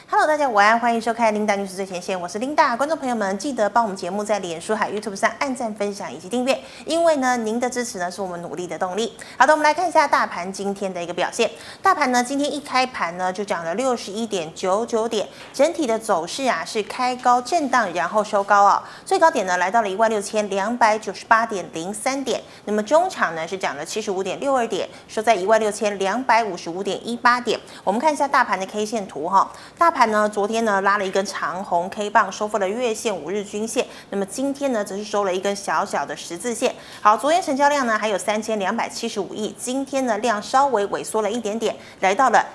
Hello， 大家午安，欢迎收看 Linda News 最前线，我是 Linda。观众朋友们，记得帮我们节目在脸书还有 YouTube 上按赞、分享以及订阅，因为呢，您的支持呢是我们努力的动力。好的，我们来看一下大盘今天的一个表现。大盘呢，今天一开盘呢就涨了61.99点，整体的走势啊是开高震荡，然后收高哦。最高点呢来到了16298.03点，那么中场呢是涨了75.62点，收在16255.18点。我们看一下大盘的 K 线图哈，大盘呢，昨天呢拉了一根长红 K 棒，收复了月线、5日均线。那么今天呢，则是收了一根小小的十字线。好，昨天成交量呢还有3275亿，今天呢量稍微萎缩了一点点，来到了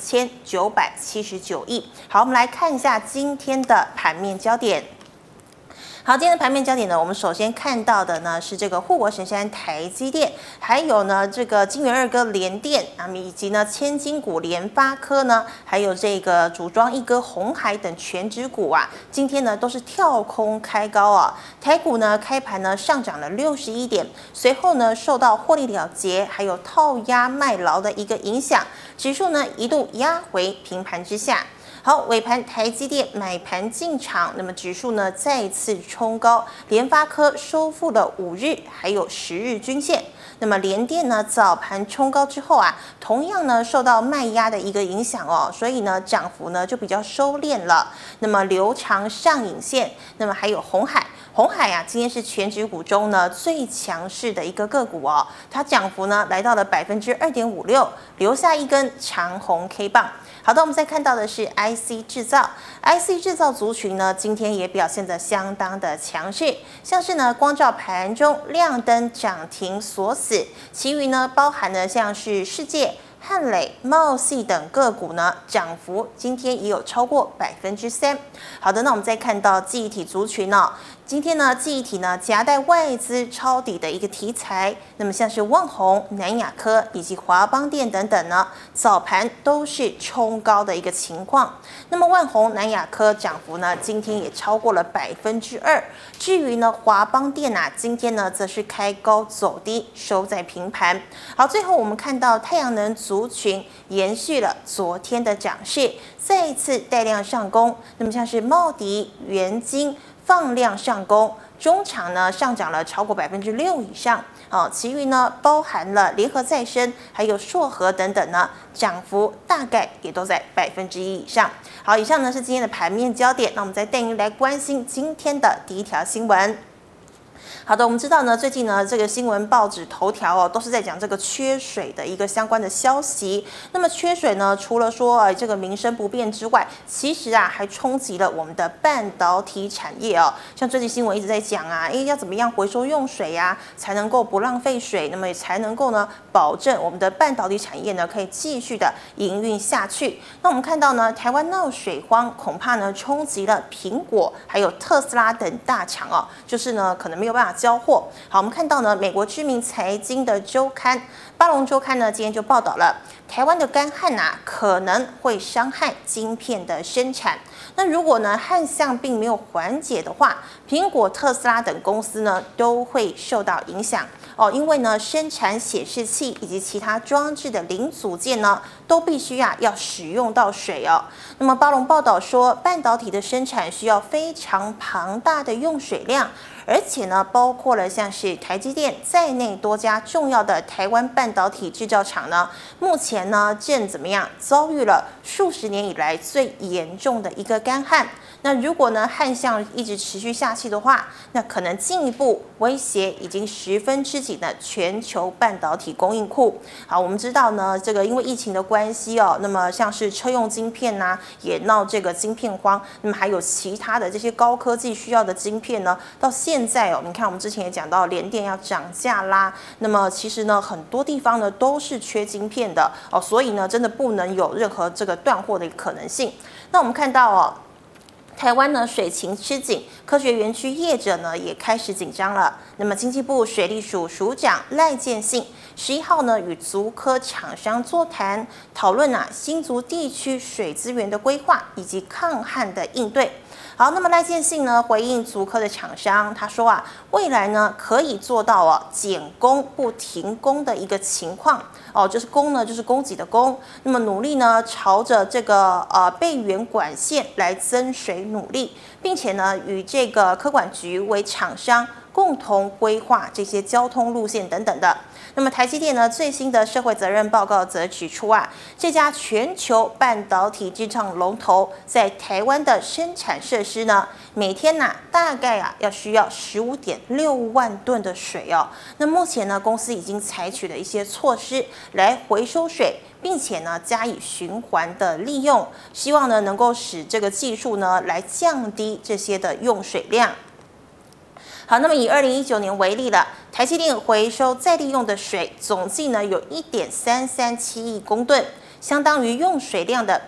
2979亿。好，我们来看一下今天的盘面焦点。好，今天的盘面焦点呢，我们首先看到的呢是这个护国神山台积电，还有呢这个金元二哥联电啊，以及呢千金股联发科呢，还有这个组装一哥鸿海等全指股啊，今天呢都是跳空开高啊。台股呢开盘呢上涨了61点，随后呢受到获利了结还有套压卖劳的一个影响，指数呢一度压回平盘之下。好，尾盘台积电买盘进场，那么指数呢再次冲高，联发科收复了5日还有10日均线。那么联电呢早盘冲高之后啊，同样呢受到卖压的一个影响哦，所以呢涨幅呢就比较收敛了。那么留长上影线，那么还有鸿海。鸿海啊，今天是全指股中呢最强势的一个个股哦，它涨幅呢来到了2.56%，留下一根长红 K 棒。好的，我们再看到的是 IC 制造，IC 制造族群呢今天也表现得相当的强势，像是呢光照盘中亮灯涨停锁死，其余呢包含了像是世界、汉磊、茂系等个股呢，涨幅今天也有超过3%。好的，那我们再看到记忆体族群哦，今天呢记忆体呢夹带外资抄底的一个题材，那么像是旺宏、南亚科以及华邦电等等呢，早盘都是冲高的一个情况。那么旺宏、南亚科涨幅呢，今天也超过了2%。至于呢华邦电啊，今天呢则是开高走低，收在平盘。好，最后我们看到太阳能族群延续了昨天的涨势，再一次带量上攻。那么像是茂迪、元晶放量上攻，中场呢上涨了超过6%以上。其余呢包含了联合再生还有硕和等等呢，涨幅大概也都在1%以上。好，以上呢是今天的盘面焦点，那我们再带您来关心今天的第一条新闻。好的，我们知道呢，最近呢，这个新闻报纸头条哦，都是在讲这个缺水的一个相关的消息。那么缺水呢，除了说这个民生不便之外，其实啊，还冲击了我们的半导体产业哦。像最近新闻一直在讲啊，要怎么样回收用水呀，才能够不浪费水，那么也才能够呢，保证我们的半导体产业呢，可以继续的营运下去。那我们看到呢，台湾闹水荒，恐怕呢，冲击了苹果还有特斯拉等大厂哦，就是呢，可能没有办法交货。好，我们看到呢，美国知名财经的周刊《巴龙周刊》呢，今天就报道了台湾的干旱啊，可能会伤害晶片的生产。那如果呢旱象并没有缓解的话，苹果、特斯拉等公司呢都会受到影响哦，因为呢生产显示器以及其他装置的零组件呢都必须要使用到水哦。那么巴龙报道说，半导体的生产需要非常庞大的用水量。而且呢，包括了像是台积电在内多家重要的台湾半导体制造厂呢，目前呢正怎么样遭遇了数十年以来最严重的一个干旱。那如果呢旱象一直持续下去的话，那可能进一步威胁已经十分吃紧的全球半导体供应库。好，我们知道呢，这个因为疫情的关系哦，那么像是车用晶片呐，也闹这个晶片荒，那么还有其他的这些高科技需要的晶片呢，到现在哦，你看我们之前也讲到联电要涨价啦，那么其实呢很多地方呢都是缺晶片的哦，所以呢真的不能有任何这个断货的可能性。那我们看到哦， 台湾呢水情吃紧，科学园区业者呢也开始紧张了。那么经济部水利署署长赖建信11号呢与竹科厂商座谈，讨论新竹地区水资源的规划以及抗旱的应对。好，那么赖建信呢回应竹科的厂商，他说未来呢可以做到减供不停工的一个情况就是供呢就是供给的供，那么努力呢朝着这个备源管线来增水努力，并且呢与这个科管局为厂商共同规划这些交通路线等等的。那么台积电呢最新的社会责任报告则指出这家全球半导体制造龙头在台湾的生产设施呢，每天大概要需要15.6万吨的水那目前呢公司已经采取了一些措施来回收水，并且呢加以循环的利用，希望呢能够使这个技术呢来降低这些的用水量。好，那么以2019年为例了，台积电回收再利用的水总计呢有1.337亿公吨，相当于用水量的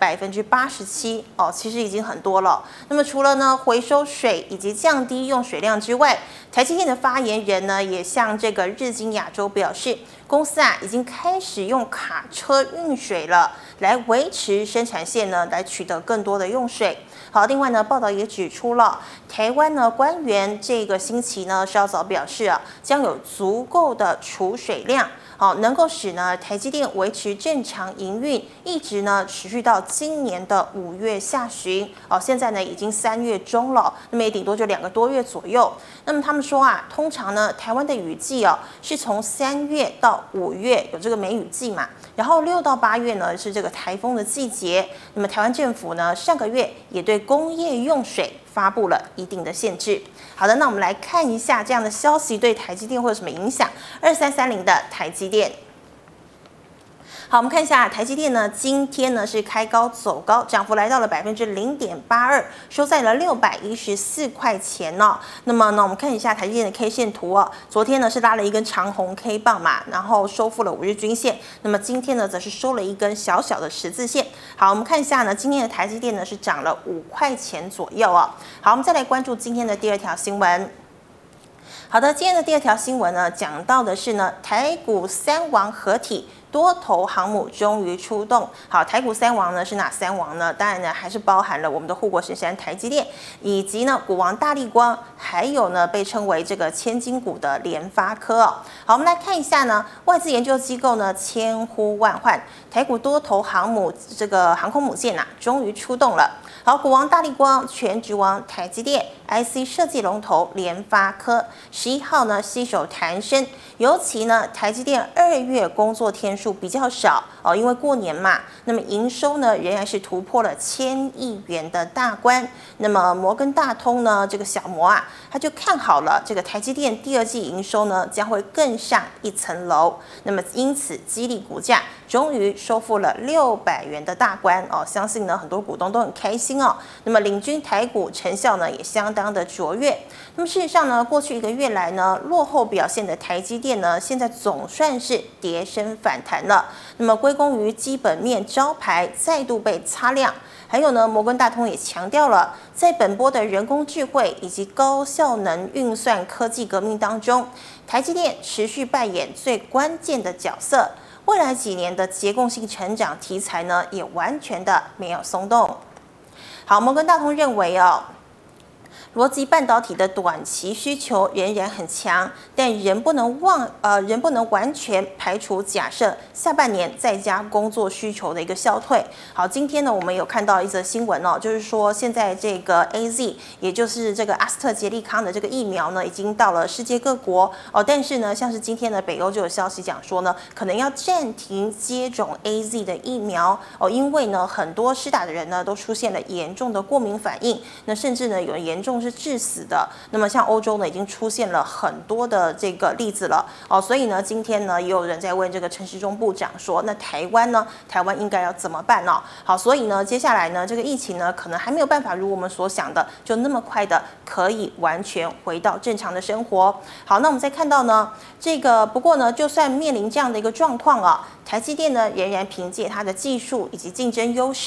87%其实已经很多了。那么除了呢回收水以及降低用水量之外，台积电的发言人呢也向这个日经亚洲表示，公司已经开始用卡车运水了，来维持生产线呢来取得更多的用水。好，另外呢，报道也指出了，台湾呢官员这个星期呢稍早表示将有足够的储水量，能够使呢台积电维持正常营运，一直呢持续到今年的5月下旬。现在呢已经3月中了，那么也顶多就2个多月左右。那么他们说通常呢台湾的雨季是从3月到5月有这个梅雨季嘛，然后6到8月呢是这个台风的季节。那么台湾政府呢上个月也对工业用水发布了一定的限制。好的，那我们来看一下这样的消息对台积电会有什么影响。2330的台积电。好，我们看一下台积电呢，今天呢是开高走高，涨幅来到了0.82%，收在了614块钱那么呢，我们看一下台积电的 K 线图昨天呢是拉了一根长红 K 棒嘛，然后收复了5日均线。那么今天呢，则是收了一根小小的十字线。好，我们看一下呢，今天的台积电呢是涨了5块钱左右好，我们再来关注今天的第二条新闻。好的，今天的第二条新闻呢，讲到的是呢，台股3王合体。多头航母终于出动。好，台股3王呢是哪3王呢？当然呢还是包含了我们的护国神山台积电，以及呢股王大立光，还有呢被称为这个千金股的联发科好，我们来看一下呢，外资研究机构呢千呼万唤，台股多头航母这个航空母舰终于出动了。好，股王大立光、全职王台积电、IC 设计龙头联发科，11号呢携手谈升，尤其呢台积电2月工作天数比较少因为过年嘛，那么营收呢仍然是突破了1000亿元的大关。那么摩根大通呢这个小摩他就看好了这个台积电第2季营收呢将会更上一层楼，那么因此激励股价终于收复了600元的大关相信呢很多股东都很开心那么领军台股成效呢也相当的卓越。那么事实上呢，过去1个月来呢，落后表现的台积电呢，现在总算是跌升反弹了。那么归功于基本面招牌再度被擦亮，还有呢，摩根大通也强调了，在本波的人工智慧以及高效能运算科技革命当中，台积电持续扮演最关键的角色。未来几年的结构性成长题材呢，也完全的没有松动。好，摩根大通认为逻辑半导体的短期需求仍然很强，但仍不能完全排除假设下半年在家工作需求的一个消退。好，今天呢，我们有看到一则新闻就是说现在这个 AZ， 也就是这个阿斯特捷利康的这个疫苗呢，已经到了世界各国但是呢，像是今天的北欧就有消息讲说呢，可能要暂停接种 AZ 的疫苗因为呢，很多施打的人呢都出现了严重的过敏反应，那甚至呢有人严重是致死的。那么像欧洲呢，已经出现了很多的这个例子了所以呢，今天呢，也有人在问这个陈时中部长说，那台湾呢，台湾应该要怎么办好，所以呢，接下来呢，这个疫情呢，可能还没有办法如我们所想的，就那么快的可以完全回到正常的生活。好，那我们再看到呢，这个不过呢，就算面临这样的一个状况台积电呢，仍然凭借它的技术以及竞争优势，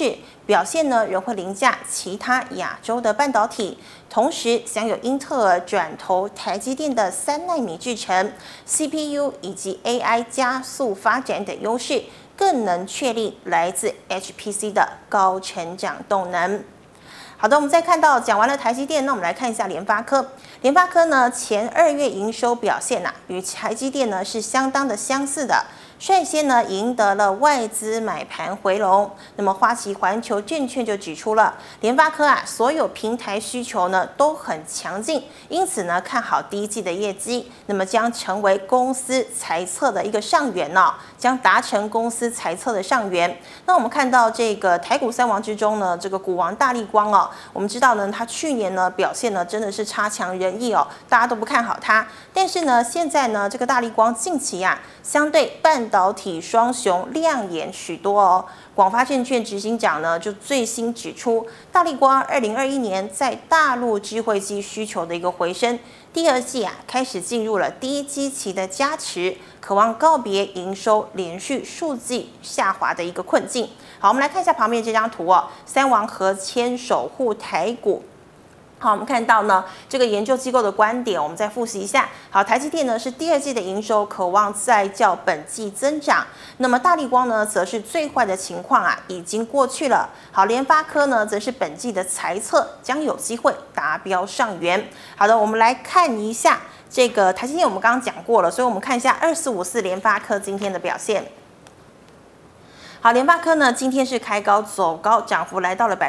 表现呢仍会凌驾其他亚洲的半导体，同时享有英特尔转投台积电的3奈米制程、CPU 以及 AI 加速发展等优势，更能确立来自 HPC 的高成长动能。好的，我们再看到讲完了台积电，那我们来看一下联发科。联发科呢，前2月营收表现与台积电呢是相当的相似的。率先呢赢得了外资买盘回笼，那么花旗环球证券就指出了，联发科所有平台需求呢都很强劲，因此呢看好第一季的业绩，那么将成为公司财测的一个上缘将达成公司财测的上缘。那我们看到这个台股3王之中呢，这个股王大立光我们知道呢，它去年呢表现呢真的是差强人意大家都不看好它，但是呢现在呢这个大立光近期相对半导体双雄亮眼许多广发证券执行长呢就最新指出，大立光2021年在大陆智慧机需求的一个回升，第二季开始进入了低基期的加持，渴望告别营收连续数季下滑的一个困境。好，我们来看一下旁边这张图3王合签守护台股。好，我们看到呢，这个研究机构的观点，我们再复习一下。好，台积电呢是第二季的营收渴望再较本季增长，那么大立光呢则是最坏的情况已经过去了。好，联发科呢则是本季的财测将有机会达标上缘。好的，我们来看一下这个台积电，我们刚刚讲过了，所以我们看一下2454联发科今天的表现。好，联发科呢今天是开高走高，涨幅来到了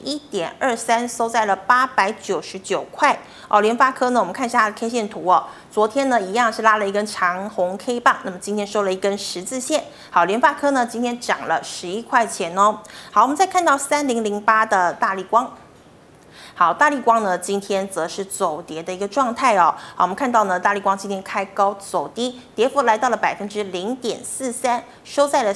1.23%，收在了899块。联发科呢，我们看一下它的 K 线图昨天呢一样是拉了一根长红 K 棒，那么今天收了一根十字线。好，联发科呢今天涨了11块钱好，我们再看到3008的大立光。好，大立光呢今天则是走跌的一个状态好，我们看到呢，大立光今天开高走低，跌幅来到了0.43%，收在了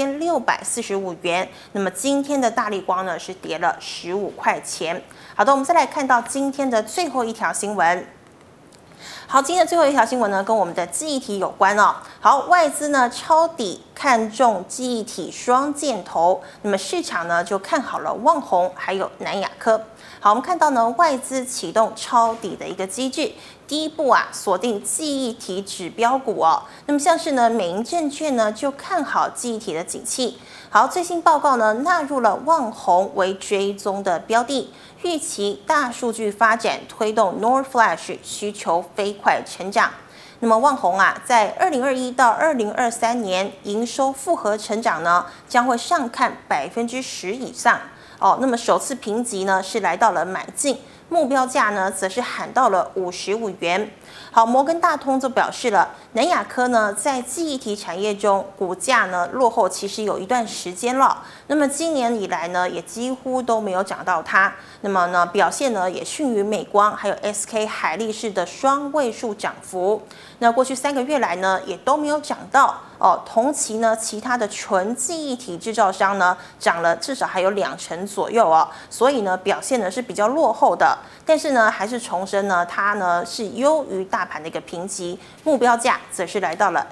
3645元。那么今天的大立光呢是跌了15块钱。好的，我们再来看到今天的最后一条新闻。好，今天的最后一条新闻呢，跟我们的记忆体有关好，外资呢抄底看中记忆体双箭头，那么市场呢就看好了旺宏还有南亚科。好，我们看到呢，外资启动抄底的一个机制。第一步锁定记忆体指标股那么像是呢，美银证券呢就看好记忆体的景气。好，最新报告呢纳入了旺宏为追踪的标的，预期大数据发展推动 NOR Flash 需求飞快成长。那么旺宏在2021到2023年营收复合成长呢将会上看10%以上那么首次评级呢是来到了买进。目标价呢，则是喊到了55元。好，摩根大通就表示了，南亚科呢在记忆体产业中股价呢落后，其实有一段时间了。那么今年以来呢，也几乎都没有涨到它。那么呢，表现呢也逊于美光还有 SK 海力士的双位数涨幅。那过去3个月来呢，也都没有涨到。同期呢，其他的纯记忆体制造商呢，涨了至少还有2成左右所以呢，表现呢是比较落后的。但是呢，还是重申呢，它呢是优于大盘的一个评级，目标价则是来到了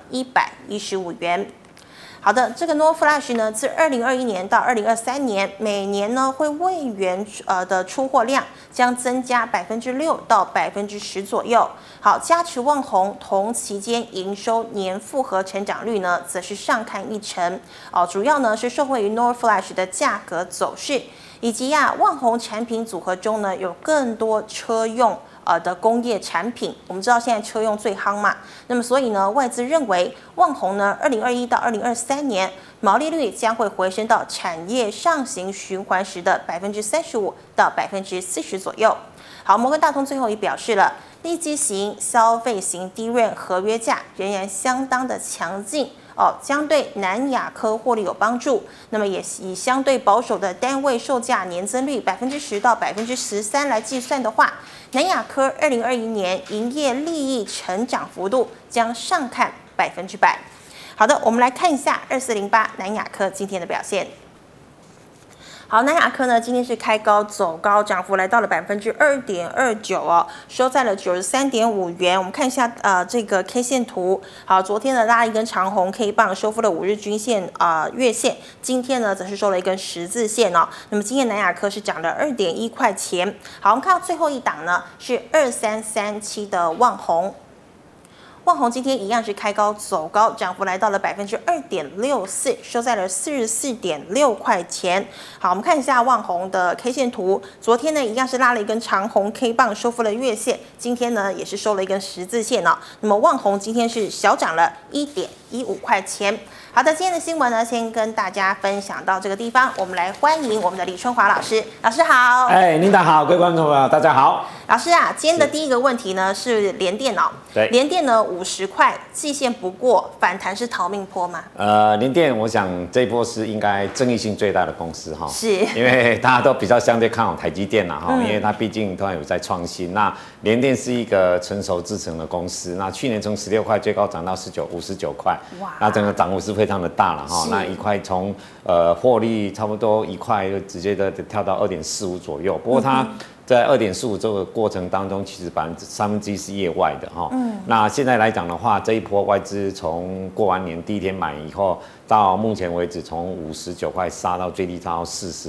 115元。好的，这个 NOR Flash 呢，自2021年到2023年，每年呢会位元的出货量将增加6%到10%左右。好，加持旺宏同期间营收年复合成长率呢，则是上看1成主要呢是受惠于 NOR Flash 的价格走势，以及旺宏产品组合中呢有更多车用的工业产品。我们知道现在车用最夯嘛，那么所以呢，外资认为旺宏呢2021到2023年毛利率将会回升到产业上行循环时的35%到40%左右。好，摩根大通最后也表示了，利基型、消费型DRAM合约价仍然相当的强劲将对南亚科获利有帮助。那么也以相对保守的单位售价年增率10%到13%来计算的话，南亚科2021年营业利益成长幅度将上看100%。好的，我们来看一下2408南亚科今天的表现。 好，南亚科呢今天是开高走高，涨幅来到了2.29%哦，收在了93.5元。我们看一下这个 K 线图，好，昨天呢拉一根长红 K 棒，收复了5日均线月线，今天呢则是收了一根十字线哦。那么今天南亚科是涨了2.1块钱。好，我们看到最后一档呢是2337的旺宏。旺宏今天一样是开高走高，涨幅来到了2.64%，收在了44.6块钱。好，我们看一下旺宏的 K 线图，昨天呢一样是拉了一根长红 K 棒，收复了月线，今天呢也是收了一根十字线哦。那么旺宏今天是小涨了1.15块钱。好的，今天的新闻呢，先跟大家分享到这个地方。我们来欢迎我们的李春华老师，老师好。 琳达好，各位观众朋友大家好。 老师啊，今天的第一个问题呢是联电哦， 对， 联电呢50块，季线不过，反弹是逃命坡吗？ 联电，我想这一波是应该争议性最大的公司哈， 是， 因为大家都比较相对看好台积电啦哈，因为它毕竟都有在创新。那联电是一个成熟制程的公司，那去年从16块最高涨到59块，哇，那整个涨幅是非常的大了哈。那1块从获利差不多1块就直接的跳到2.45左右，不过它在2.45这个过程当中，其实1/3是业外的哈。那现在来讲的话，这一波外资从过完年第一天买以后，到目前为止从59块杀到最低到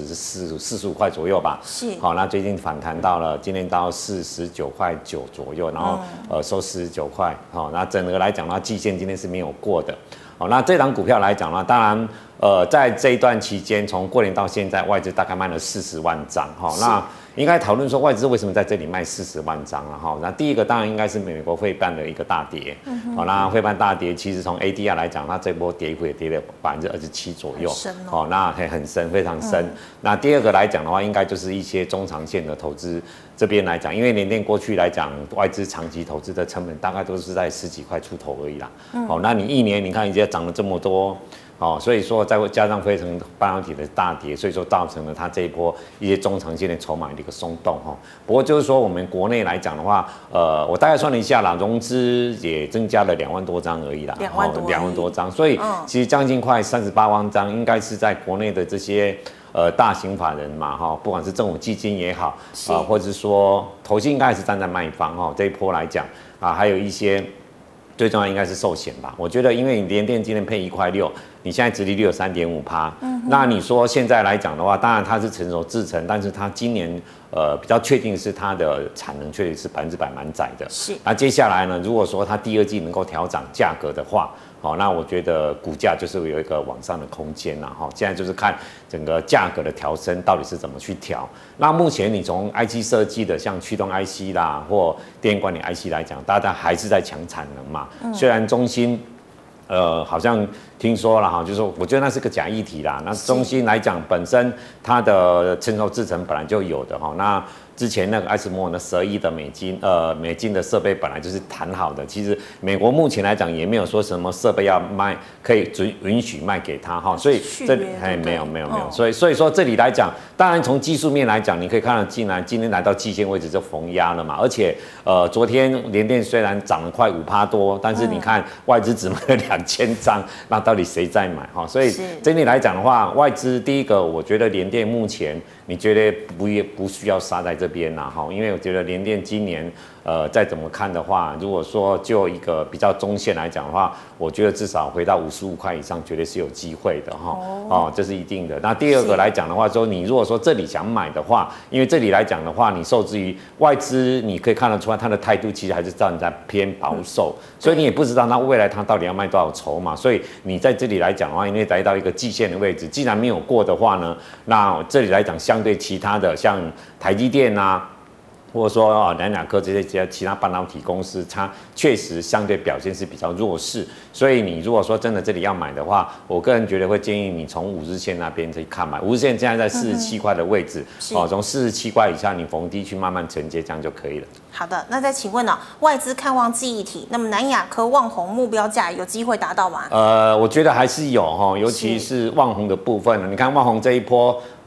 45块左右吧。 是。好， 那最近反弹到了今天到49.9块左右，然后收49块。好，那整个来讲的话，季线今天是没有过的。好，那这档股票来讲呢，当然，在这一段期间，从过年到现在，外资大概卖了40万张，哈，那应该讨论说外资为什么在这里卖40万张了，哈，那第一个当然应该是美国费半的一个大跌，好，那费半大跌，其实从 ADR 来讲，它这波跌幅也跌了27%左右，好，那很深，非常深。那第二个来讲的话，应该就是一些中长线的投资这边来讲，因为联电过去来讲，外资长期投资的成本大概都是在10几块出头而已啦，好，那你一年你看已经涨了这么多。哦，所以说再加上飞腾半导体的大跌，所以说造成了它这一波一些中长线的筹码的一个松动哈。不过就是说我们国内来讲的话，我大概算了一下啦，融资也增加了2万多张而已啦，2万多张，所以其实将近快38万张，应该是在国内的这些大型法人嘛哈，不管是政府基金也好，或者是说投信应该还是站在卖方哈，这一波来讲啊，还有一些。最重要应该是寿险吧，我觉得因为你联电今天配1.6块，你现在殖利率有3.5%，那你说现在来讲的话，当然它是成熟制程，但是它今年比较确定是它的产能确实是100%满载的。是。那接下来呢，如果说它第二季能够调涨价格的话，好，那我觉得股价就是有一个往上的空间啦，哈。现在就是看整个价格的调升到底是怎么去调。那目前你从 IC 设计的像驱动 IC 啦，或电源管理 IC 来讲，大家还是在抢产能嘛。虽然中芯好像听说了哈，就是说我觉得那是个假议题啦。那中芯来讲，本身它的成熟制程本来就有的哈，那。之前那个艾斯摩尔的12亿的美金的设备本来就是谈好的，其实美国目前来讲也没有说什么设备要卖，可以允许卖给他哈，所以这里没有，所以说这里来讲，当然从技术面来讲，你可以看到今天来到季线位置就逢压了嘛，而且昨天联电虽然涨了快5%多，但是你看外资只买了2000张，那到底谁在买哈？所以整体来讲的话，外资第一个我觉得联电目前你觉得不需要杀在这边啦哈，因为我觉得联电今年再怎么看的话，如果说就一个比较中线来讲的话，我觉得至少回到55块以上，绝对是有机会的哈。哦，这是一定的。那第二个来讲的话，说你如果说这里想买的话，因为这里来讲的话，你受制于外资，你可以看得出来它的态度其实还是站在偏保守，所以你也不知道它未来它到底要卖多少筹码，所以你在这里来讲的话，因为来到一个季线的位置，既然没有过的话呢，那这里来讲相对其他的像台积电啊。或者说南亚科这些其他半导体公司，它确实相对表现是比较弱势，所以你如果说真的这里要买的话，我个人觉得会建议你从50日线那边去看买，50日线现在在47块的位置，从47块以下你逢低去慢慢承接，这样就可以了。 好的，那再请问呢，外资看望记忆体，那么南亚科、旺宏目标价有机会达到吗？ 我觉得还是有哈，尤其是旺宏的部分，你看旺宏这一波。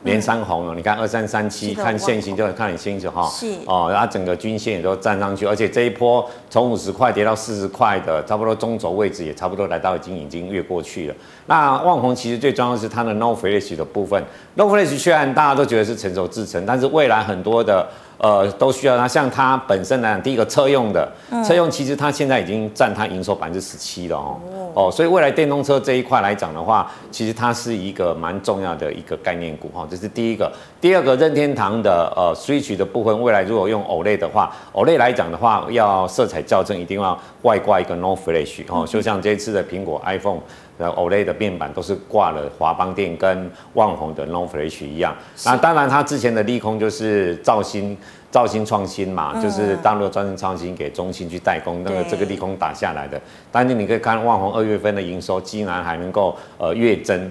连三红了，你看2337，看线型就看很清楚哈。 是然后整个均线也都站上去，而且这一波从50块跌到40块的，差不多中轴位置也差不多来到已经越过去了。那旺宏其实最重要的是它的 No Flash 的部分 ，No Flash 虽然大家都觉得是成熟制程，但是未来很多的都需要它，像它本身来讲，第一个车用的，车用其实它现在已经占它营收17%了所以未来电动车这一块来讲的话，其实它是一个蛮重要的一个概念股这是第一个。第二个，任天堂的Switch 的部分，未来如果用 OLED 的话，OLED 来讲的话，要色彩校正一定要外挂一个 No Flash 就像这次的苹果 iPhone。OLED 的面板都是挂了华邦电跟旺宏的 No Flash 一样。那当然，它之前的利空就是兆新创新嘛，就是大陆专程创新给中芯去代工，这个利空打下来的。但是你可以看旺宏2月份的营收，竟然还能够月增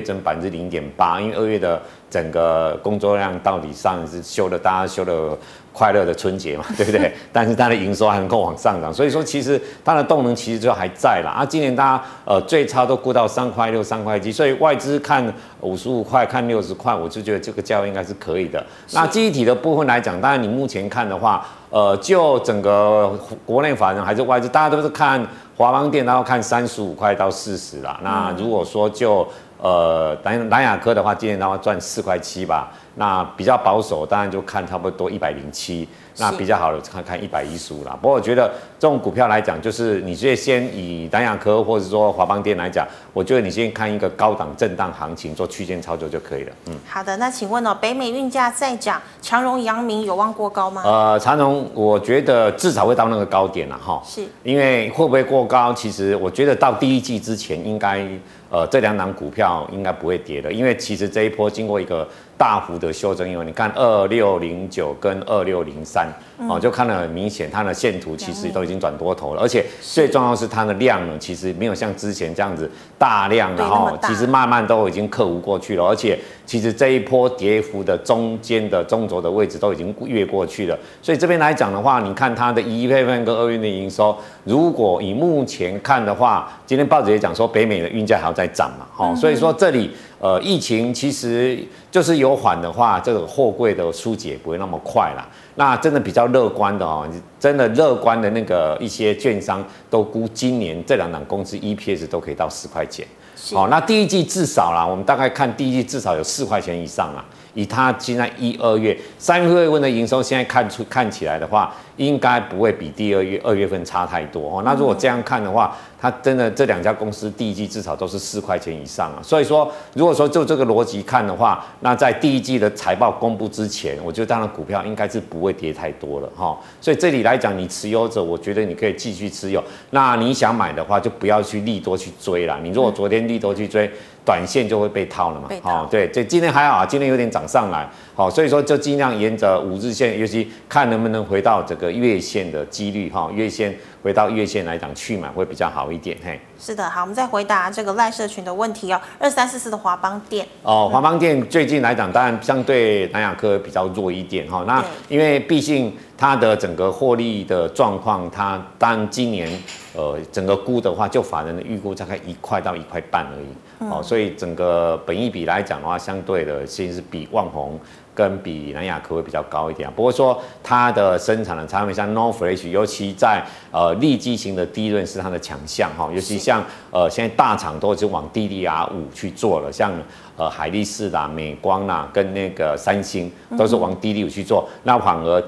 0.8%，因为2月的整个工作量到底上是大家休了快乐的春节嘛，对不对？但是它的营收还能够往上涨，所以说其实它的动能其实就还在啦。今年大家最差都估到3块6、3块7，所以外资看55块、看60块，我就觉得这个价位应该是可以的。那记忆体的部分来讲，当然你目前看的话，就整个国内法人还是外资，大家都是看华邦电，然后看35块到40啦。那如果说就南亚科的话，今年的话赚4块7吧。那比较保守，当然就看差不多107。那比较好的看115啦。不过我觉得这种股票来讲，就是你直接先以南亚科或者说华邦电来讲，我觉得你先看一个高档震荡行情，做区间操作就可以了。 好的，那请问北美运价再涨，长荣、阳明有望过高吗？ 长荣我觉得至少会到那个高点了是， 因为会不会过高，其实我觉得到第一季之前应该这2档股票应该不会跌的，因为其实这一波经过一个大幅的修正，因为你看2609跟2603，就看得很明显，它的线图其实都已经转多头了，而且最重要是它的量呢，其实没有像之前这样子大量的其实慢慢都已经克服过去了，而且其实这一波跌幅的中间的中轴的位置都已经越过去了，所以这边来讲的话，你看它的1月份跟2月的营收，如果以目前看的话，今天报纸也讲说北美的运价还要再涨嘛，所以说这里疫情其实就是有缓的话，这个货柜的疏解不会那么快啦。那真的比较乐观的真的乐观的那个一些券商都估今年这2档公司 EPS 都可以到10块钱。那第一季至少啦，我们大概看第一季至少有4块钱以上啦。以它现在2月、3月份的营收，现在看起来的话，应该不会比2月份差太多那如果这样看的话，它真的这2家公司第一季至少都是4块钱以上所以说，如果说就这个逻辑看的话，那在第一季的财报公布之前，我觉得当然股票应该是不会跌太多了所以这里来讲，你持有者，我觉得你可以继续持有。那你想买的话，就不要去利多去追啦。你如果昨天利多去追，短线就会被套了嘛。对，这今天还好今天有点涨上来，所以说就尽量沿着5日线，尤其看能不能回到这个月线的几率月线回到月线来讲去买会比较好一点是的，好，我们再回答这个赖社群的问题2344的华邦电华邦电最近来讲，当然相对南亚科比较弱一点那因为毕竟它的整个获利的状况，它当然今年整个估的话，就法人的预估大概1块到1块半而已所以整个本益比来讲的话，相对的其实是比旺宏跟比南亚科会比较高一点不过说它的生产的产品像 No Flash， 尤其在利基型的低润是它的强项尤其像现在大厂都已经往 DDR5 去做了，像海力士啦、美光啦跟那个三星都是往 DDR5 去做，那反而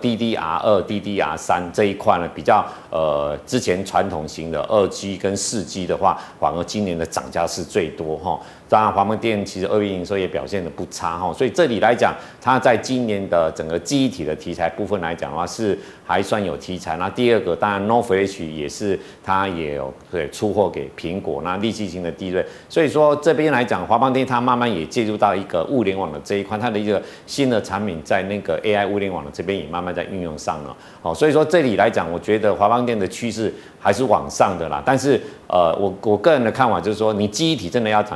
DDR2、DDR3 这一块呢，比较之前传统型的2G 跟4G 的话，反而今年的涨价是最多当然华邦电其实2月营收也表现得不差所以这里来讲，它在今年的整个记忆体的题材部分来讲的话，是还算有题材。那第二个，当然 No Flash 也是它也有出货给苹果，那利基型的低润，所以说这边来讲，华邦电它慢慢也介入到一个物联网的这一块，它的一个新的产品在那个 AI 物联网的这边也慢慢在运用上了所以说这里来讲，我觉得华邦电的趋势还是往上的啦。但是我个人的看法就是说，你记忆体真的要涨，一定要是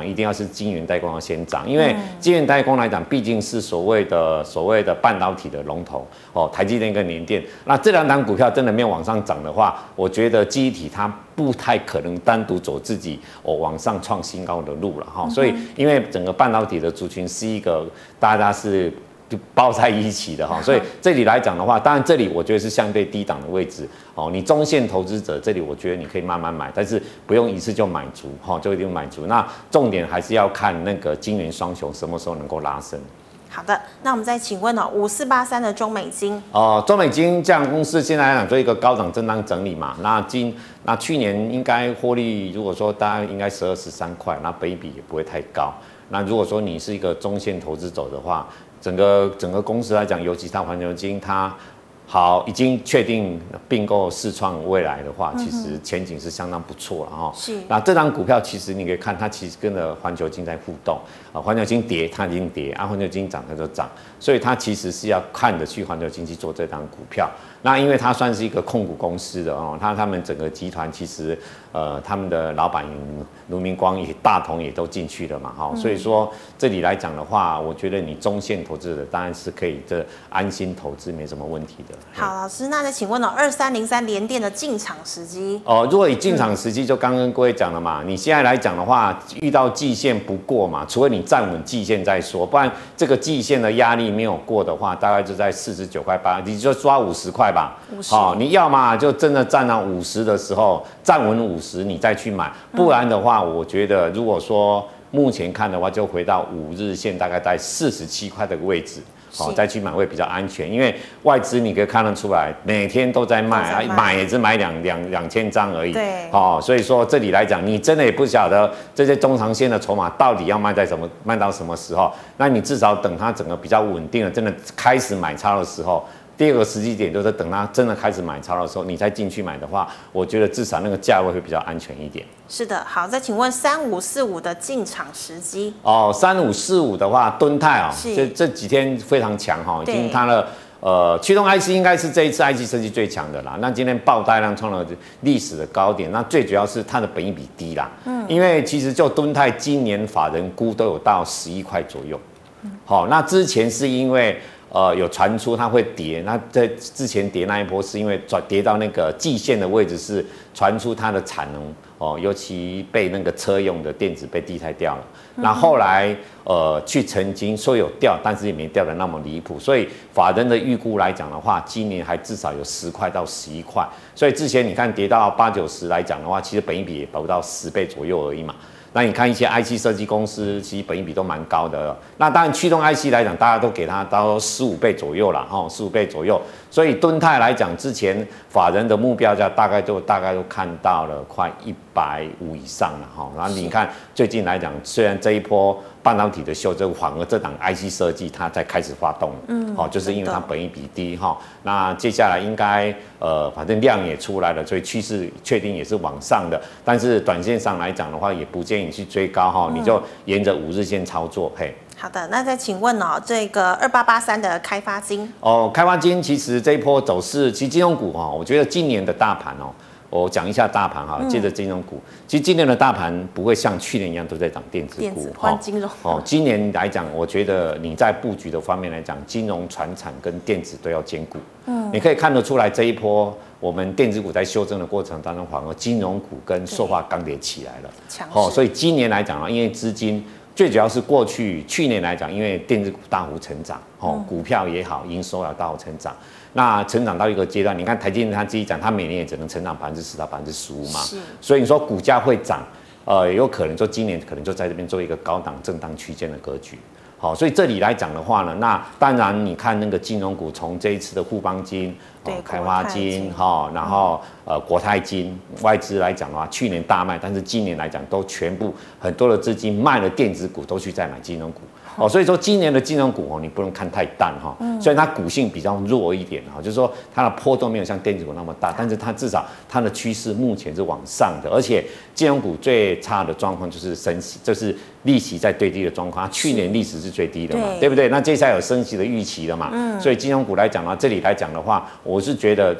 是晶圆代工要先涨，因为晶圆代工来讲，毕竟是所谓的半导体的龙头哦，台积电跟联电。那这两档股票真的没有往上涨的话，我觉得记忆体它不太可能单独走自己往上创新高的路了哈。所以因为整个半导体的族群是一个大家是就包在一起的哈，所以这里来讲的话，当然这里我觉得是相对低档的位置哦。你中线投资者这里我觉得你可以慢慢买，但是不用一次就买足哈，就一定买足。那重点还是要看那个晶圆双雄什么时候能够拉升。 好的，那我们再请问5483的中美晶中美晶这样公司现在来讲做一个高档震荡整理嘛，那去年应该获利，如果说大概应该12、13块，那本益比也不会太高。那如果说你是一个中线投资者的话，整个公司来讲，尤其它环球晶，它已经确定并购世创未来的话，其实前景是相当不错了哈。 是。 那这张股票其实你可以看，它其实跟着环球晶在互动啊，环球晶跌它已经跌，啊环球晶涨它就涨，所以它其实是要看得去环球晶去做这张股票。那因为它算是一个控股公司的哦，他们整个集团其实他们的老板卢明光也大同也都进去了嘛哈，所以说这里来讲的话，我觉得你中线投资者当然是可以安心投资，没什么问题的。 好，老师，那再请问2303联电的进场时机如果以进场时机，就刚跟各位讲了嘛，你现在来讲的话，遇到季线不过嘛，除非你站稳季线再说，不然这个季线的压力没有过的话，大概就在49块8，你就抓50块吧。你要嘛就真的站到50的时候站稳50，你再去买，不然的话，我觉得如果说目前看的话，就回到5日线大概在47块的位置。再去买会比较安全，因为外资你可以看得出来，每天都在卖，买也只买2000张而已。 对， 所以说这里来讲，你真的也不晓得这些中长线的筹码到底要卖到什么时候。那你至少等它整个比较稳定了，真的开始买超的时候。第二个时机点就是等它真的开始买超的时候，你再进去买的话，我觉得至少那个价位会比较安全一点。 是的，好，再请问3545的进场时机 3545的话，敦泰这几天非常强已经它的驱动 IC 应该是这一次 IC 设计最强的啦。那今天爆大量创了历史的高点，那最主要是它的本益比低啦。因为其实就敦泰今年法人估都有到11块左右。那之前是因为有传出它会跌，那在之前跌那一波是因为跌到那个季线的位置，是传出它的产能尤其被那个车用的电子被替代掉了。那后来去曾经说有掉，但是也没掉的那么离谱，所以法人的预估来讲的话，今年还至少有10块到11块。所以之前你看跌到8、90来讲的话，其实本益比也不到10倍左右而已嘛。那你看一些 IC 设计公司，其实本益比都蛮高的。那当然驱动 IC 来讲，大家都给它到15倍左右啦，15倍左右。所以敦泰来讲，之前法人的目标价大概都看到了快150以上了然后你看最近来讲，虽然这一波半导体的修正，反而这档 IC 设计它才开始发动了，就是因为它本益比低那接下来应该反正量也出来了，所以趋势确定也是往上的。但是短线上来讲的话，也不建议你去追高你就沿着5日线操作。 好的，那再请问这个2883的开发金开发金其实这一波走势，其实金融股我觉得今年的大盘我讲一下大盘接着金融股，其实今年的大盘不会像去年一样都在涨电子股换金融今年来讲，我觉得你在布局的方面来讲，金融、传产跟电子都要兼顾。你可以看得出来这一波我们电子股在修正的过程当中，反而金融股跟塑化钢铁起来了，所以今年来讲因为资金。最主要是去年来讲，因为电子股大幅成长，股票也好，营收也大幅成长。那成长到一个阶段，你看台积电他自己讲，他每年也只能成长10%到15%嘛。所以你说股价会涨，也有可能说今年可能就在这边做一个高档震荡区间的格局。所以这里来讲的话呢，那当然你看那个金融股，从这一次的富邦金、开发金然后国泰金，外资来讲的话，去年大卖，但是今年来讲都全部很多的资金卖了电子股，都去再买金融股。所以说今年的金融股你不能看太淡虽然它股性比较弱一点就是说它的波动没有像电子股那么大，但是它至少它的趋势目前是往上的，而且金融股最差的状况就是升息，就是利息在最低的状况，它去年历史是最低的嘛，对不对？那接下来有升息的预期了嘛，所以金融股来讲这里来讲的话，我是觉得它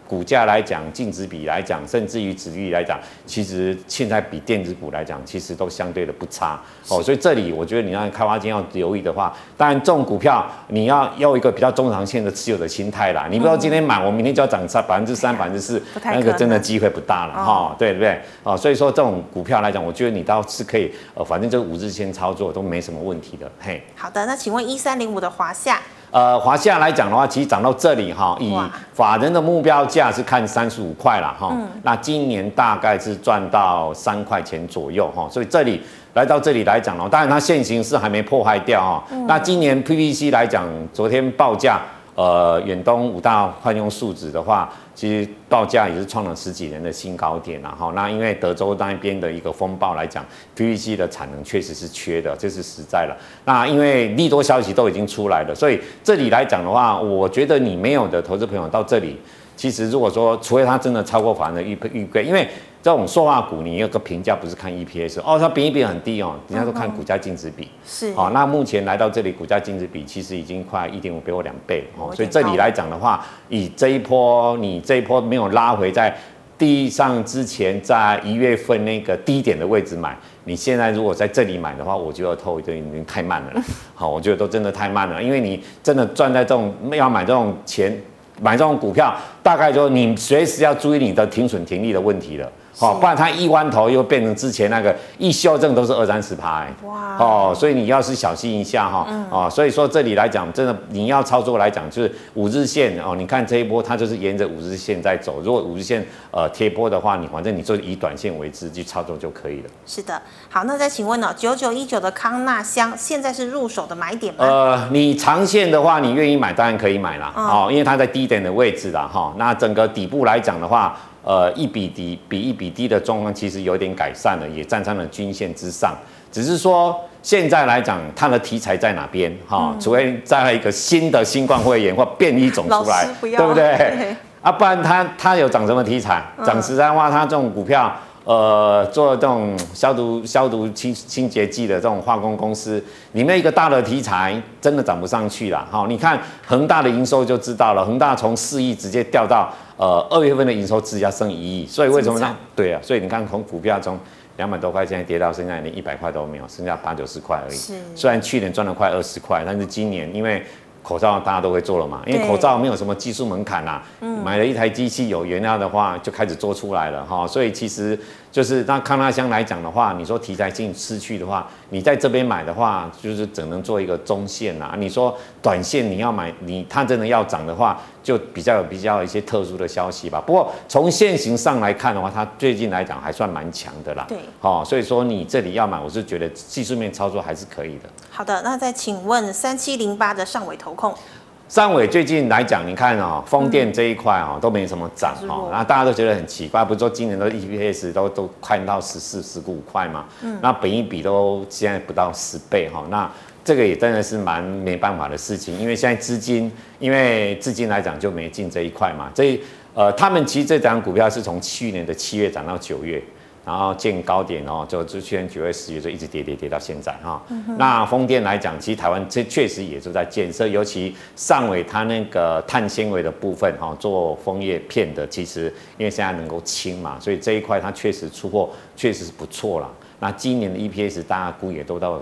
股价来讲、净值比来讲，甚至于殖利率来讲，其实现在比电子股来讲，其实都相对的不差哦。所以这里我觉得你让开发金要留意的话，当然这种股票你要一个比较中长线的持有的心态啦。你不知道今天买，我明天就要涨3%、4%，那个真的机会不大了哈，对不对？哦，所以说这种股票来讲，我觉得你倒是可以，反正就5日线操作都没什么问题的。嘿， 好的，那请问1305的华夏？ 华夏来讲的话，其实涨到这里哈，以法人的目标价是看35块啦哈，那今年大概是赚到3块钱左右哈，所以这里来到这里来讲哦，当然它现行是还没破坏掉哈，那今年 PVC 来讲，昨天报价。远东5大换用树脂的话，其实报价也是创了10几年的新高点啦。哈，那因为德州那边的一个风暴来讲 ，PVC 的产能确实是缺的，这是实在了。那因为利多消息都已经出来了，所以这里来讲的话，我觉得你没有的投资朋友到这里，其实如果说，除非它真的超过法人的预估，因为这种塑化股，你有个评价不是看 EPS 哦，它本益比很低哦，人家都看股价净值比。 是。 好，那目前来到这里，股价净值比其实已经快1.5倍或2倍哦，所以这里来讲的话，以这一波你这一波没有拉回在地上之前，在1月份那个低点的位置买，你现在如果在这里买的话，我觉得头已经太慢了。好，我觉得都真的太慢了，因为你真的赚在这种要买这种钱。买这种股票，大概就你随时要注意你的停损停利的问题了，好，不然它一弯头又变成之前那个一修正都是20-30%，哇，哦，所以你要是小心一下哈，哦，所以说这里来讲，真的你要操作来讲，就是5日线哦，你看这一波它就是沿着5日线在走，如果5日线贴波的话，反正你就以短线为主去操作就可以了。 是的，好，那再请问哦，9919的康纳香现在是入手的买点吗？ 你长线的话，你愿意买当然可以买啦，哦，因为它在低点的位置啦，哈，那整个底部来讲的话。1比1比低的状况其实有点改善了，也站上了均线之上。只是说现在来讲，它的题材在哪边？除非再来一个新的新冠肺炎或变异种出来，对不对？啊，不然它有涨什么题材？涨实在话，它这种股票。做这种消毒清洁剂的这种化工公司，里面一个大的题材真的涨不上去了。好，你看恒大的营收就知道了，恒大从4亿直接掉到2月份的营收只要剩1亿，所以为什么呢？对啊，所以你看从股票从200多块现在跌到现在连100块都没有，剩下80-90块而已。虽然去年赚了快20块，但是今年因为口罩大家都会做了嘛，因为口罩没有什么技术门槛啦，买了一台机器有原料的话就开始做出来了哈，所以其实就是那康纳香来讲的话，你说题材性失去的话，你在这边买的话，就是只能做一个中线啦。你说短线你要买，它真的要涨的话，就比较有一些特殊的消息吧。不过从现行上来看的话，它最近来讲还算蛮强的啦。 对， 所以说你这里要买，我是觉得技术面操作还是可以的。 好的，那再请问3708的上尾投控。 上尾最近来讲，你看哦，风电这一块哦都没什么涨哦，然后大家都觉得很奇怪，不是说今年的 EPS 都看到14、15块嘛，那本益比都现在不到10倍哈，那这个也真的是蛮没办法的事情，因为现在资金来讲就没进这一块嘛，他们其实这档股票是从去年的7月涨到9月。然后见高点哦，就去年9月、10月就一直跌到现在哈。那风电来讲，其实台湾这确实也是在建设，尤其上尾它那个碳纤维的部分哈，做枫叶片的，其实因为现在能够轻嘛，所以这一块它确实出货确实是不错啦。那今年的 EPS 大家估也都到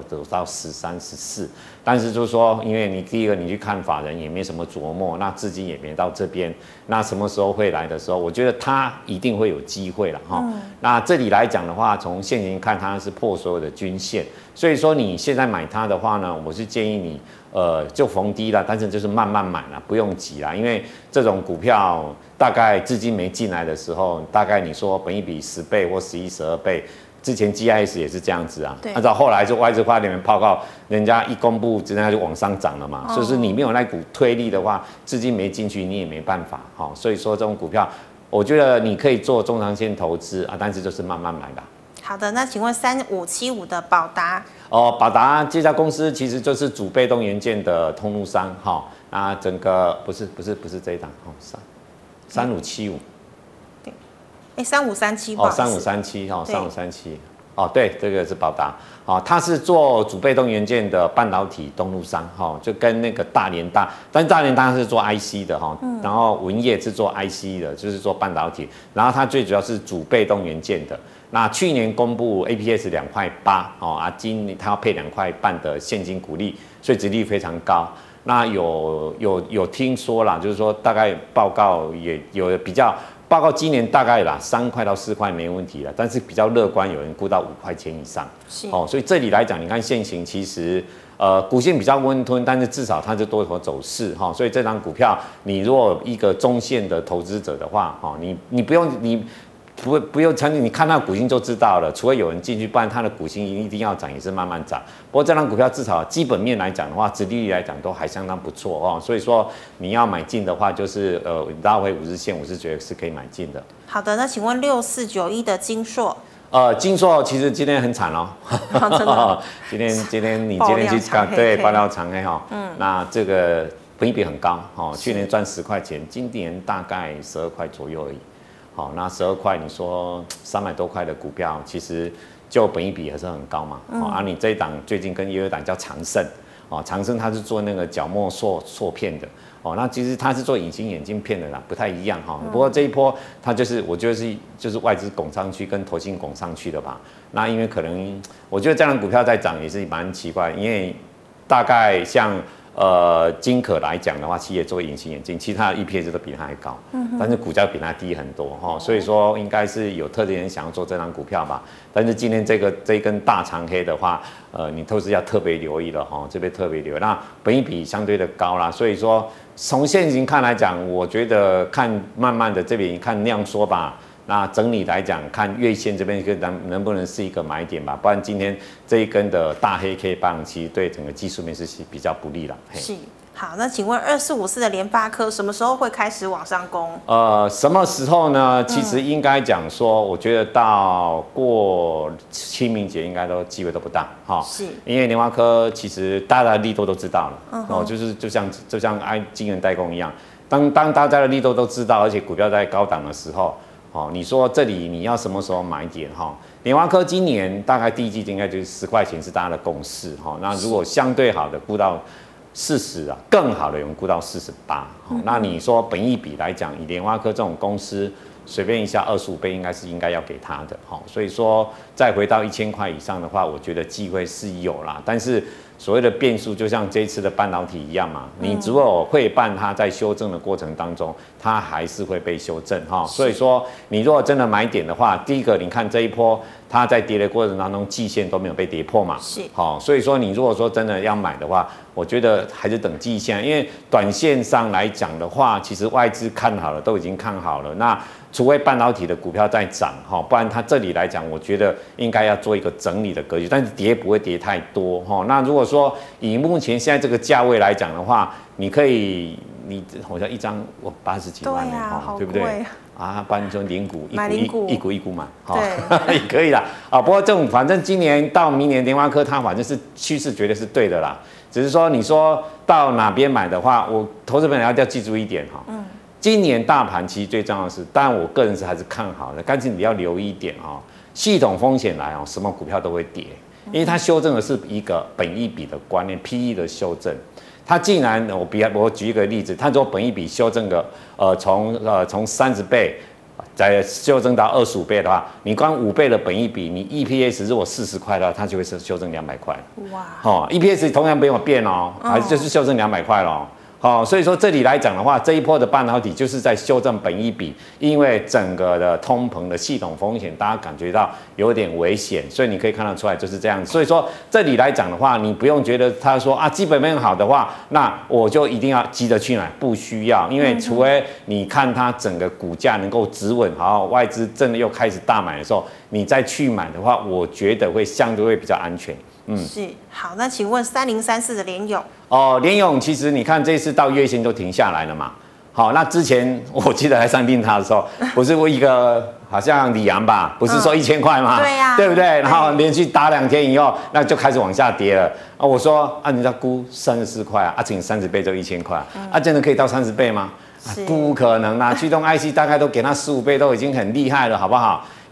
13、14，但是就是说，因为你第一个你去看法人也没什么琢磨，那资金也没到这边，那什么时候会来的时候，我觉得它一定会有机会了哈。那这里来讲的话，从现行看它是破所有的均线，所以说你现在买它的话呢，我是建议你就逢低了，但是就是慢慢买啦，不用急啦，因为这种股票大概资金没进来的时候，大概你说本益比10倍或11、12倍。之前 GIS 也是这样子啊，按照后来就外资花里面报告，人家一公布，人家就往上涨了嘛。所以说你没有那股推力的话，资金没进去，你也没办法。所以说这种股票，我觉得你可以做中长线投资啊，但是就是慢慢买啦。 好的，那请问3575的宝达？ 宝达这家公司其实就是主被动元件的通路商哈。那整个不是这一档3575。 3537 哦，3537哈，3537， 哦，对，这个是宝达，哦，它是做主被动元件的半导体通路商，哈，就跟那个大联大，但大联大是做 IC 的哈，然后文业是做 IC 的，就是做半导体，然后它最主要是主被动元件的。那去年公布 APS 2.8块，哦啊，今年它要配2.5块的现金股利，所以殖利率非常高。那有听说啦，就是说大概报告也有比较。报告今年大概啦3块到4块没问题了，但是比较乐观，有人估到5块钱以上。哦，所以这里来讲，你看现行其实股性比较温吞，但是至少它是多头走势哈、所以这张股票你如果一个中线的投资者的话，哈、你不用不用参与，你看它的股性就知道了。除非有人进去，不然它的股性一定要涨，也是慢慢涨。不过这张股票至少基本面来讲的话，殖利率来讲都还相当不错哦。所以说你要买进的话，就是拉回50日线，我是觉得是可以买进的。 好的，那请问6491的金硕？ 金硕其实今天很惨哦， 真的今天你今天去看，对，爆料长黑哈，那这个本益比很高哦，去年赚10块钱，今年大概12块左右而已。好，那12块，你说300多块的股票，其实就本益比还是很高嘛。啊，你这一档最近跟有一档叫长盛，哦，长盛它是做那个角膜塑片的，哦，那其实它是做隐形眼镜片的啦，不太一样哈。不过这一波它就是我觉得就是外资拱上去跟投信拱上去的吧。那因为可能我觉得这样的股票在涨也是蛮奇怪，因为大概像。金可来讲的话，企业做隐形眼镜，其他的 EPS 都比它还高，但是股价比它低很多哈，所以说应该是有特定人想要做这张股票吧。但是今天这一根大长黑的话，你投资要特别留意了哈，这边特别留意。那本益比相对的高啦，所以说从现行看来讲，我觉得看慢慢的这边看量缩吧。那整体来讲，看月线这边能不能是一个买点吧，不然今天这一根的大黑 K 棒，其实对整个技术面是比较不利了。 是，好，那请问2454的联发科什么时候会开始往上攻？ 什么时候呢？其实应该讲说，我觉得到过清明节应该都机会都不大哈。是，因为联发科其实大家的利多都知道了，哦，就像晶圆代工一样，当大家的利多都知道，而且股票在高档的时候。哦，你说这里你要什么时候买点哈？联发科今年大概第一季应该就是10块钱是大家的共识哈。那如果相对好的估到40啊，更好的有人估到48。那你说本益比来讲，以联发科这种公司，随便一下25倍应该要给他的哈。所以说再回到1000块以上的话，我觉得机会是有啦，但是。所谓的变数，就像这一次的半导体一样嘛，你如果会办它在修正的过程当中，它还是会被修正哈。所以说，你如果真的买点的话，第一个，你看这一波它在跌的过程当中，季线都没有被跌破嘛，是好。所以说，你如果说真的要买的话，我觉得还是等季线，因为短线上来讲的话，其实外资看好了，都已经看好了。那除非半导体的股票在涨哈，不然它这里来讲，我觉得应该要做一个整理的格局，但是跌不会跌太多哈。那如果说以目前现在这个价位来讲的话，你可以，好像一张80几万呢哈，对不对？啊，不然就零股一股买，哈，也可以啦。啊，不过这种反正今年到明年联发科它反正是趋势绝对是对的啦，只是说你说到哪边买的话，我投资朋友要记住一点哈。今年大盘其实最重要的是，当然我个人是还是看好的，但是你要留意一点哦，系统风险来哦，什么股票都会跌，因为它修正的是一个本益比的观念 ，PE 的修正。它既然我举一个例子，它如果本益比修正个从30倍再修正到25倍的话，你光5倍的本益比，你 EPS 如果40块的话，它就会是修正200块。哇！哦 ，EPS 同样没有变哦，还是就是修正200块咯。哦，所以说这里来讲的话，这一波的半导体就是在修正本益比，因为整个的通膨的系统风险，大家感觉到有点危险，所以你可以看得出来就是这样。所以说这里来讲的话，你不用觉得他说啊基本面好的话，那我就一定要急着去买，不需要，因为除非你看它整个股价能够止稳，好，外资真的又开始大买的时候，你再去买的话，我觉得会相对会比较安全。 是好，那请问3034的联咏哦，联咏其实你看这次到月线都停下来了嘛。好，那之前我记得来上定它的时候，不是一个好像里昂吧，不是说1000块吗？对呀，对不对？然后连续打2天以后，那就开始往下跌了。啊，我说啊，你要估34块啊，乘以30倍就1000块啊，真的可以到30倍吗？不可能啦，驱动 IC 大概都给它15倍，都已经很厉害了，好不好？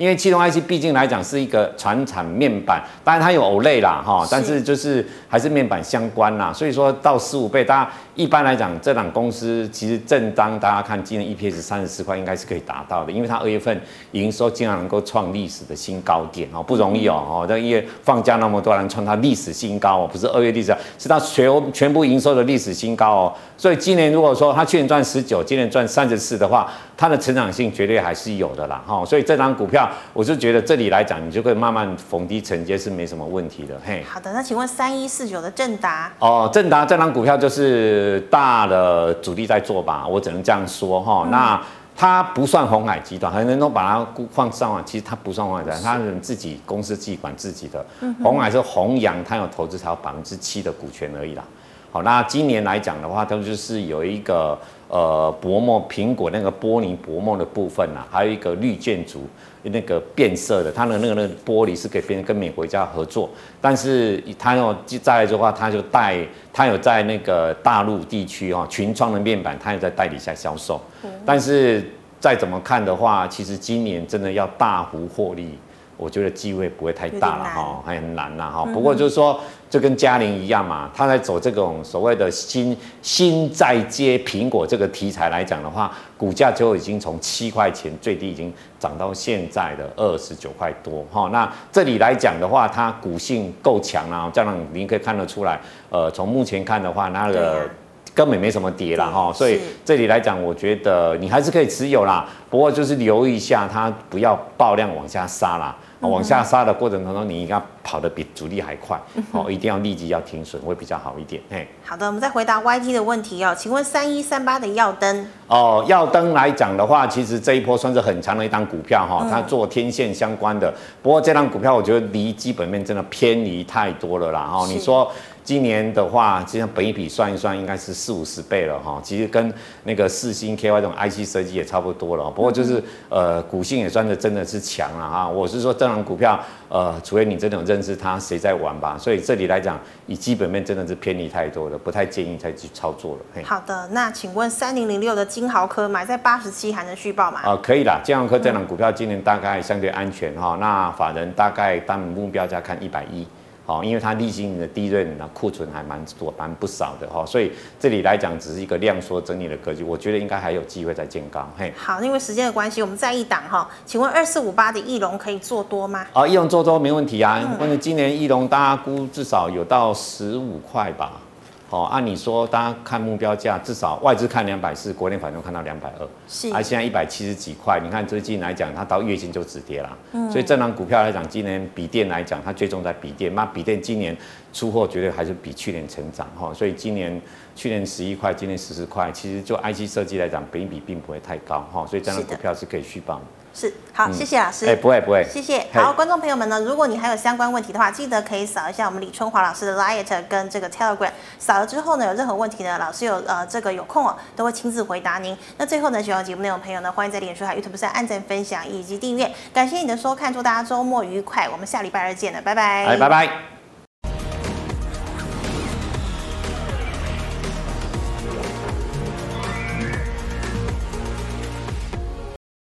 因为驱动 IC 毕竟来讲是一个传产面板，当然它有 OLED 啦哈，但是就是还是面板相关啦，所以说到15倍，大家一般来讲这档公司其实正当大家看今年 EPS 34块应该是可以达到的，因为它2月份营收竟然能够创历史的新高点哦，不容易哦，这因为放假那么多人创它历史新高哦，不是2月历史，是它全部营收的历史新高哦，所以今年如果说它去年赚19，今年赚34的话，它的成长性绝对还是有的啦哈，所以这档股票我就觉得这里来讲，你就可以慢慢逢低承接是没什么问题的。嘿， 好的，那请问3149的正达哦，正达这档股票就是大的主力在做吧，我只能这样说哈。那它不算鸿海集团，很多人都把它放上网，其实它不算鸿海集团，它是自己公司自己管自己的。鸿海是弘扬，它有投资才有7%的股权而已啦。好，那今年来讲的话，它就是有一个薄膜苹果那个玻璃薄膜的部分啦，还有一个绿建筑那个变色的，它的那个玻璃是可以跟美国一家合作，但是它要再来的话，它有在那个大陆地区群创的面板，它有在代理下销售，但是再怎么看的话，其实今年真的要大幅获利，我觉得机会不会太大了哈，还很难啦哈。不过就是说，就跟嘉陵一样嘛，他在走这种所谓的新在接苹果这个题材来讲的话，股价就已经从7块钱最低已经涨到现在的29块多哈。那这里来讲的话，它股性够强啊，这样你可以看得出来，从目前看的话，那个根本没什么跌啦哈，所以这里来讲，我觉得你还是可以持有啦，不过就是留意一下它不要爆量往下杀啦。往下杀的过程当中，你应该跑得比主力还快，一定要立即要停损，会比较好一点。 好的，我们再回答 YT 的问题哦，请问3138的耀登哦，耀登来讲的话，其实这一波算是很强的一档股票哈，它做天线相关的，不过这档股票我觉得离基本面真的偏离太多了啦哈，你说。今年的话，其实本益比算一算，应该是40-50倍了哈。其实跟那个世芯 KY 这种 IC 设计也差不多了。不过就是股性也算是真的是强了哈。我是说这档股票，除非你真的有认识它，谁在玩吧。所以这里来讲，以基本面真的是偏离太多了，不太建议再去操作了。 好的，那请问3006的金豪科买在87还能续报吗？ 可以啦，金豪科这档股票今年大概相对安全哈。那法人大概当目标价看110。因为它历经的利润库存还蛮不少的所以这里来讲只是一个量缩整理的格局，我觉得应该还有机会再见高。 好，因为时间的关系，我们再一档请问2458的义隆可以做多吗？ 义隆做多没问题啊，因为今年义隆大家估至少有到15块吧。按理说大家看目标价，至少外资看240，国内反正看到220，现在170几块，你看最近来讲，它到月线就止跌啦。所以这档股票来讲，今年笔电来讲，它最重在笔电，那笔电今年出货绝对还是比去年成长所以去年11块，今年14块，其实就 IC 设计来讲，本益比并不会太高所以这档股票是可以续报的。 是，好，谢谢老师。 不会， 谢谢。好，观众朋友们呢，如果你还有相关问题的话，记得可以扫一下我们李春华老师的 Line 跟这个 Telegram， 扫了之后呢，有任何问题呢，老师有空都会亲自回答您。那最后呢，喜欢节目内容的朋友呢，欢迎在脸书还有 YouTube 上按赞、分享以及订阅。感谢你的收看，祝大家周末愉快，我们下礼拜2见了，拜拜。 拜拜。